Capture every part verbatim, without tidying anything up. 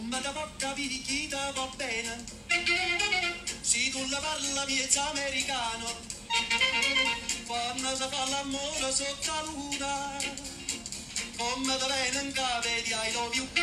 Come da porta picchita va bene, si tu la parla miezza americano, quando si fa l'amore sotto la luna, come da bene in cave di I love you。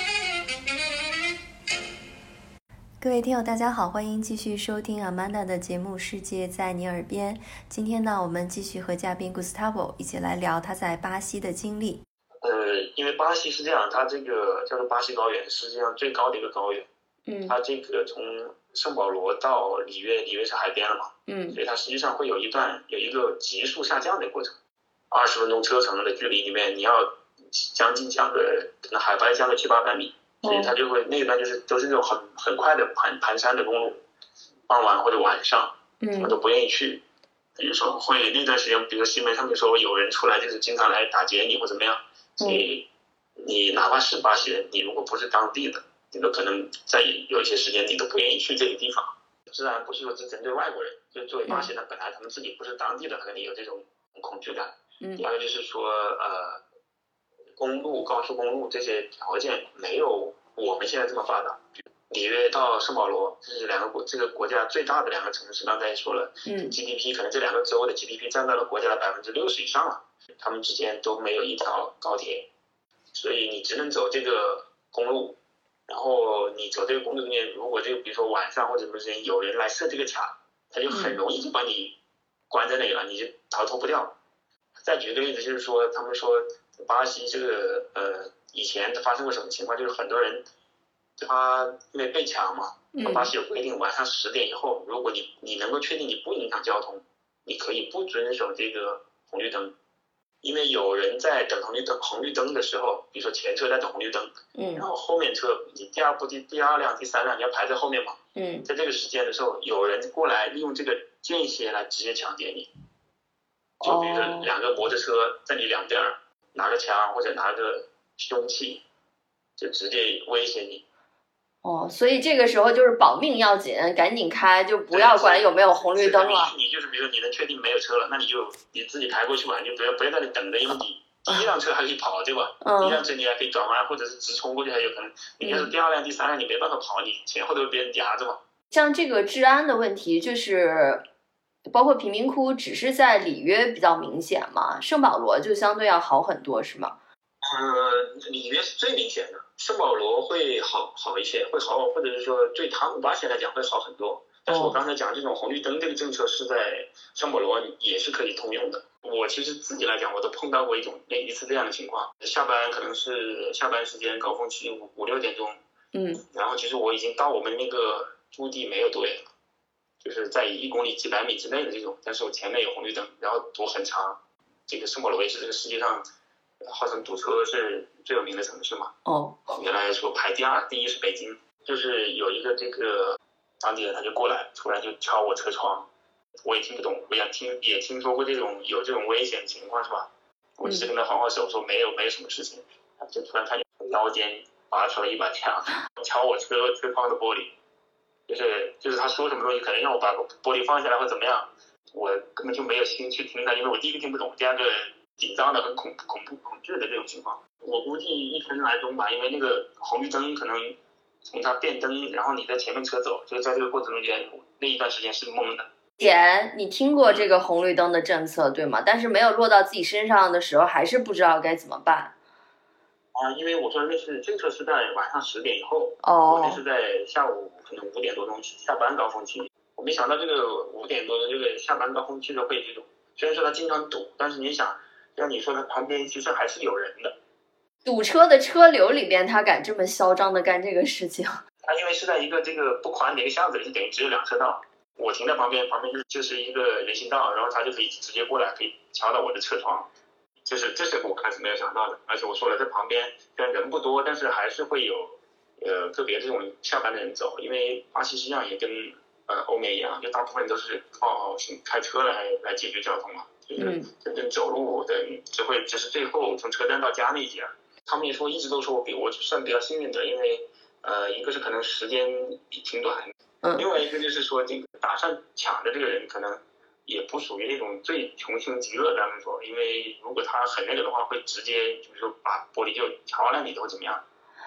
各位听友大家好，欢迎继续收听 Amanda 的节目《世界在你耳边》。今天呢，我们继续和嘉宾 Gustavo 一起来聊他在巴西的经历。 呃，因为巴西是这样，它这个叫做巴西高原，世界上最高的一个高原。 嗯， 它这个从圣保罗到里约，里约是海边了嘛， 嗯， 所以它实际上会有一段有一个急速下降的过程。二十分钟车程的距离里面，你要将近降个可能海拔降个七八百米。所以它就会那一段就是都是那种很很快的盘盘山的公路，傍晚或者晚上， 嗯， 我都不愿意去。比如说会那段时间，比如说新闻上面说有人出来就是经常来打劫你或怎么样，所以你哪怕是巴西人，你如果不是当地的，你都可能在有一些时间你都不愿意去这个地方。自然不是说是针对外国人，就是作为巴西人本来他们自己不是当地的，他肯定有这种恐惧感。 嗯， 第二个就是说呃。公路、高速公路这些条件没有我们现在这么发达。里约到圣保罗，这是两个国这个国家最大的两个城市，刚才也说了， 嗯 ，G D P 可能这两个州的 G D P 占到了国家的百分之六十以上了，他们之间都没有一条高铁，所以你只能走这个公路，然后你走这个公路里面，如果这个比如说晚上或者什么时间有人来设这个卡，他就很容易就把你关在那里了，你就逃脱不掉。再举个例子，就是说他们说。巴西这个呃，以前发生过什么情况？就是很多人他因为被抢嘛，巴西有规定，晚上十点以后，如果你你能够确定你不影响交通，你可以不遵守这个红绿灯，因为有人在等红绿灯红绿灯的时候，比如说前车在等红绿灯， 嗯， 然后后面车你第二部第第二辆第三辆你要排在后面嘛， 嗯， 在这个时间的时候，有人过来利用这个间歇来直接抢劫你，就比如说两个摩托车在你两边。拿个枪或者拿个凶器，就直接威胁你。 哦，所以这个时候就是保命要紧，赶紧开，就不要管有没有红绿灯了。 你你就是比如说你能确定没有车了，那你就你自己开过去吧，你就不要不要在那里等着，因为你第一辆车还可以跑，对吧？嗯。第一辆车你还可以转弯或者是直冲过去还有可能。你要是第二辆、第三辆你没办法跑，你前后都被人夹着嘛。 像这个治安的问题，就是包括贫民窟，只是在里约比较明显嘛，圣保罗就相对要好很多，是吗？ 呃，里约是最明显的，圣保罗会好好一些，会好，或者是说对塔古巴县来讲会好很多。但是我刚才讲这种红绿灯这个政策是在圣保罗也是可以通用的。我其实自己来讲，我都碰到过一种那一次这样的情况，下班可能是下班时间高峰期五五六点钟， 嗯， 然后其实我已经到我们那个驻地没有多远了。就是在一公里几百米之内的这种，但是我前面有红绿灯，然后堵很长。这个圣保罗也是这个世界上号称堵车是最有名的城市嘛。 哦。 原来说排第二，第一是北京。就是有一个这个当地人他就过来，突然就敲我车窗，我也听不懂，我也听也听说过这种有这种危险情况是吧？我只是跟他晃晃手说没有没有什么事情，他就突然看见腰间拔出了一把枪，敲我车车窗的玻璃。就是就是他说什么东西，可能让我把玻璃放下来或怎么样，我根本就没有心去听他，因为我第一个听不懂，第二个紧张的很恐恐怖恐惧的这种情况。我估计一分来钟吧，因为那个红绿灯可能从它变灯，然后你在前面车走，就在这个过程中间，那一段时间是懵的。 姐，你听过这个红绿灯的政策对吗？但是没有落到自己身上的时候，还是不知道该怎么办。 啊，因为我说那是政策是在晚上十点以后， 哦， 我那是在下午可能五点多钟下班高峰期。我没想到这个五点多的这个下班高峰期的会这种，虽然说它经常堵，但是你想，像你说的旁边其实还是有人的。 堵车的车流里边，他敢这么嚣张的干这个事情？ 他因为是在一个这个不宽的一个巷子里，就等于只有两车道。我停在旁边，旁边就是就是一个人行道，然后他就可以直接过来，可以敲到我的车窗。就是这是我开始没有想到的，而且我说了，在旁边虽然人不多，但是还是会有呃个别这种下班的人走，因为巴西实际上也跟呃欧美一样，就大部分都是靠开车来来解决交通嘛，就是真正走路的只会就是最后从车站到家那一节。他们也说一直都说我比我算比较幸运的，因为呃一个是可能时间挺短，另外一个就是说这个打算抢的这个人可能。也不属于那种最穷凶极恶的他们说，因为如果他很那个的话，会直接就是说把玻璃就敲烂你或怎么样。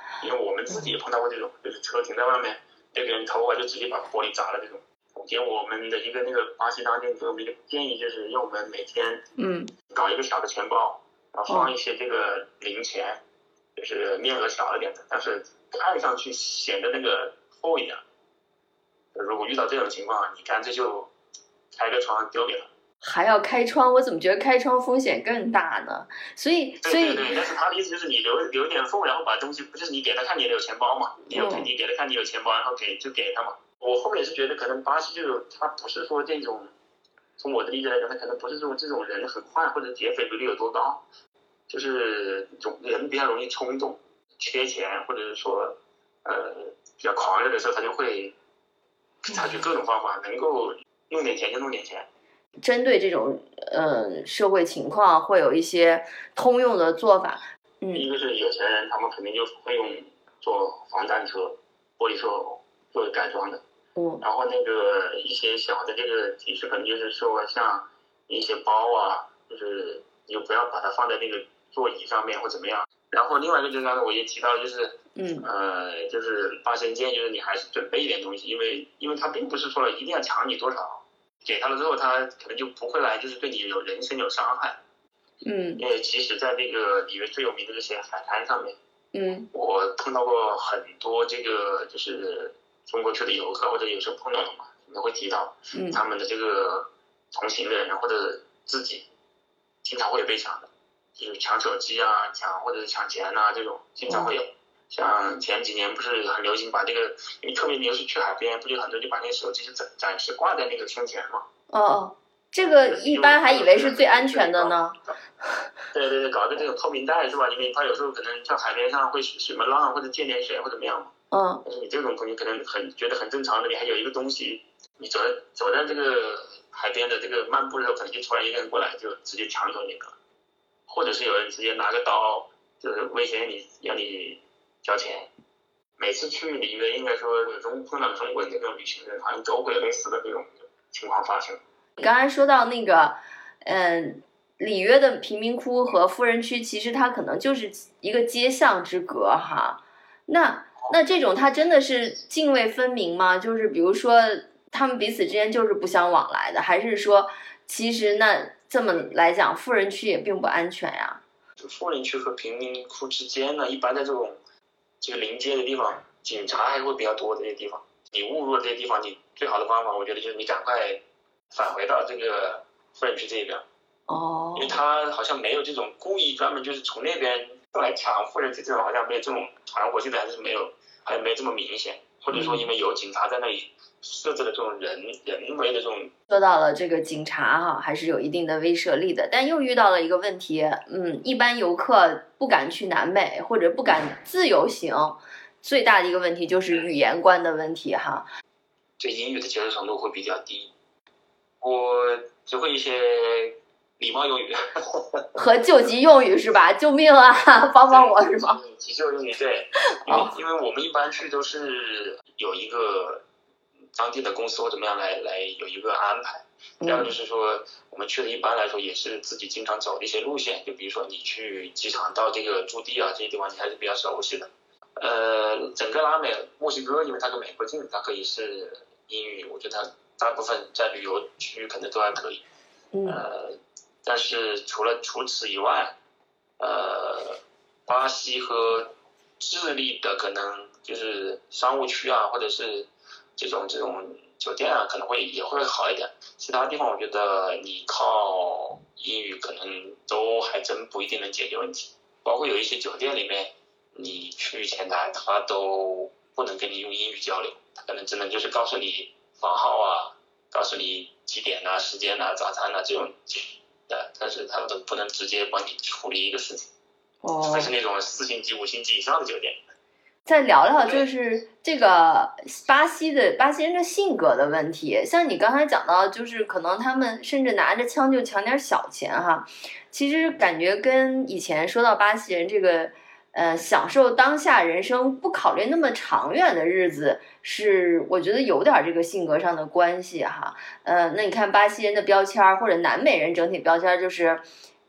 因为我们自己也碰到过这种，就是车停在外面，那个人偷啊就直接把玻璃砸了这种。总结我们的一个那个巴西当店给我们一个建议，就是让我们每天嗯搞一个小的钱包，然后放一些这个零钱，就是面额小一点的，但是看上去显得那个厚一点。如果遇到这种情况，你干脆就开个窗丢给他。 还要开窗，我怎么觉得开窗风险更大呢？所以， 对所以， 对对，但是他的意思就是你留留一点缝，然后把东西，不就是你给他看你有钱包嘛？你有、 嗯、 你给他看你有钱包，然后给就给他嘛。我后面是觉得可能巴西就他不是说这种，从我的理解来讲，他可能不是说这种人很坏或者劫匪比率有多高，就是种人比较容易冲动，缺钱或者是说呃比较狂热的时候，他就会采取各种方法，能够弄点钱就弄点钱。 针对这种呃社会情况，会有一些通用的做法。嗯， 一个是有钱人，他们肯定就会用做防弹车、玻璃车作为改装的。 嗯， 然后那个一些小的这个提示，可能就是说像一些包啊，就是你就不要把它放在那个座椅上面或怎么样。然后另外一个就是刚才我也提到，就是嗯呃，就是八仙剑，就是你还是准备一点东西，因为因为他并不是说了一定要抢你多少。给他了之后，他可能就不会来，就是对你有人身有伤害。 嗯， 因为其实，在这个里面最有名的这些海滩上面， 嗯， 我碰到过很多这个就是中国去的游客，或者有时候碰到的嘛，都会提到， 嗯， 他们的这个同行的人或者自己，经常会被抢的，就是抢手机啊，抢或者是抢钱啊，这种经常会有。像前几年不是很流行把这个，因为特别你要是去海边，不就很多就把那个手机就暂暂时挂在那个胸前嘛。 哦哦，这个一般还以为是最安全的呢。 对对对，搞个这种透明袋是吧？因为他有时候可能在海边上会什么浪或者溅点水或者怎么样嘛。 嗯。 但是你这种东西可能很觉得很正常的，你还有一个东西，你走走在这个海边的这个漫步的时候，可能就突然一个人过来就直接抢走那个，或者是有人直接拿个刀就是威胁你要你交钱。每次去里约应该说中碰到中国的这种旅行人，好像都会有类似的这种情况发生。 你刚才说到那个，嗯，里约的贫民窟和富人区，其实它可能就是一个街巷之隔哈。那那这种它真的是泾渭分明吗？就是比如说他们彼此之间就是不相往来的，还是说其实那这么来讲，富人区也并不安全呀？ 富人区和贫民窟之间呢，一般在这种这个临街的地方，警察还会比较多的这些地方，你误入了这些地方，你最好的方法，我觉得就是你赶快返回到这个富人区这边。 哦， 因为他好像没有这种故意专门就是从那边来抢富人区这种，好像没有这种团伙，现在还是没有，还没有这么明显，或者说因为有警察在那里设置了这种人人为的这种。 说到了这个警察哈，还是有一定的威慑力的，但又遇到了一个问题，嗯，一般游客不敢去南美或者不敢自由行，最大的一个问题就是语言关的问题哈。 对英语的接受程度会比较低，我只会一些礼貌用语和救急用语是吧？救命啊，帮帮我是吗？ 急救用语对，因为、哦、因为我们一般去都是有一个当地的公司或怎么样来来有一个安排。第二个就是说，我们去的一般来说也是自己经常走的一些路线，就比如说你去机场到这个驻地啊这些地方，你还是比较熟悉的。呃，整个拉美墨西哥，因为它跟美国近，它可以是英语，我觉得它大部分在旅游区可能都还可以。呃，但是除了除此以外，呃，巴西和智利的可能就是商务区啊，或者是这种这种酒店啊，可能会也会好一点。其他地方我觉得你靠英语可能都还真不一定能解决问题。包括有一些酒店里面，你去前台他都不能跟你用英语交流，他可能只能就是告诉你房号啊，告诉你几点啊、时间啊、早餐啊这种的，但是他都不能直接帮你处理一个事情。哦，除非是那种四星级、五星级以上的酒店。 再聊聊就是这个巴西的巴西人的性格的问题，像你刚才讲到，就是可能他们甚至拿着枪就抢点小钱哈。其实感觉跟以前说到巴西人这个呃享受当下人生，不考虑那么长远的日子，是我觉得有点这个性格上的关系哈。呃，那你看巴西人的标签或者南美人整体标签就是。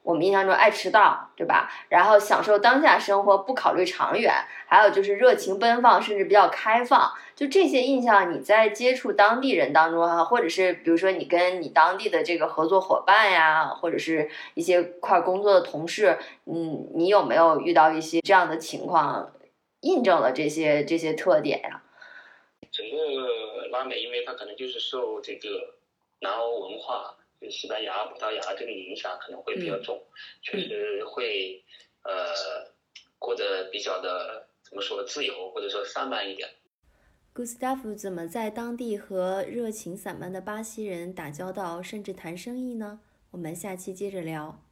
我们印象中爱迟到，对吧？然后享受当下生活，不考虑长远，还有就是热情奔放，甚至比较开放。就这些印象，你在接触当地人当中哈，或者是比如说你跟你当地的这个合作伙伴呀，或者是一些块工作的同事，嗯，你有没有遇到一些这样的情况，印证了这些这些特点呀？ 整个拉美，因为它可能就是受这个南欧文化，就西班牙、葡萄牙这个影响可能会比较重，嗯、确实会呃过得比较的怎么说自由，或者说散漫一点。 Gustavo 怎么在当地和热情散漫的巴西人打交道，甚至谈生意呢？我们下期接着聊。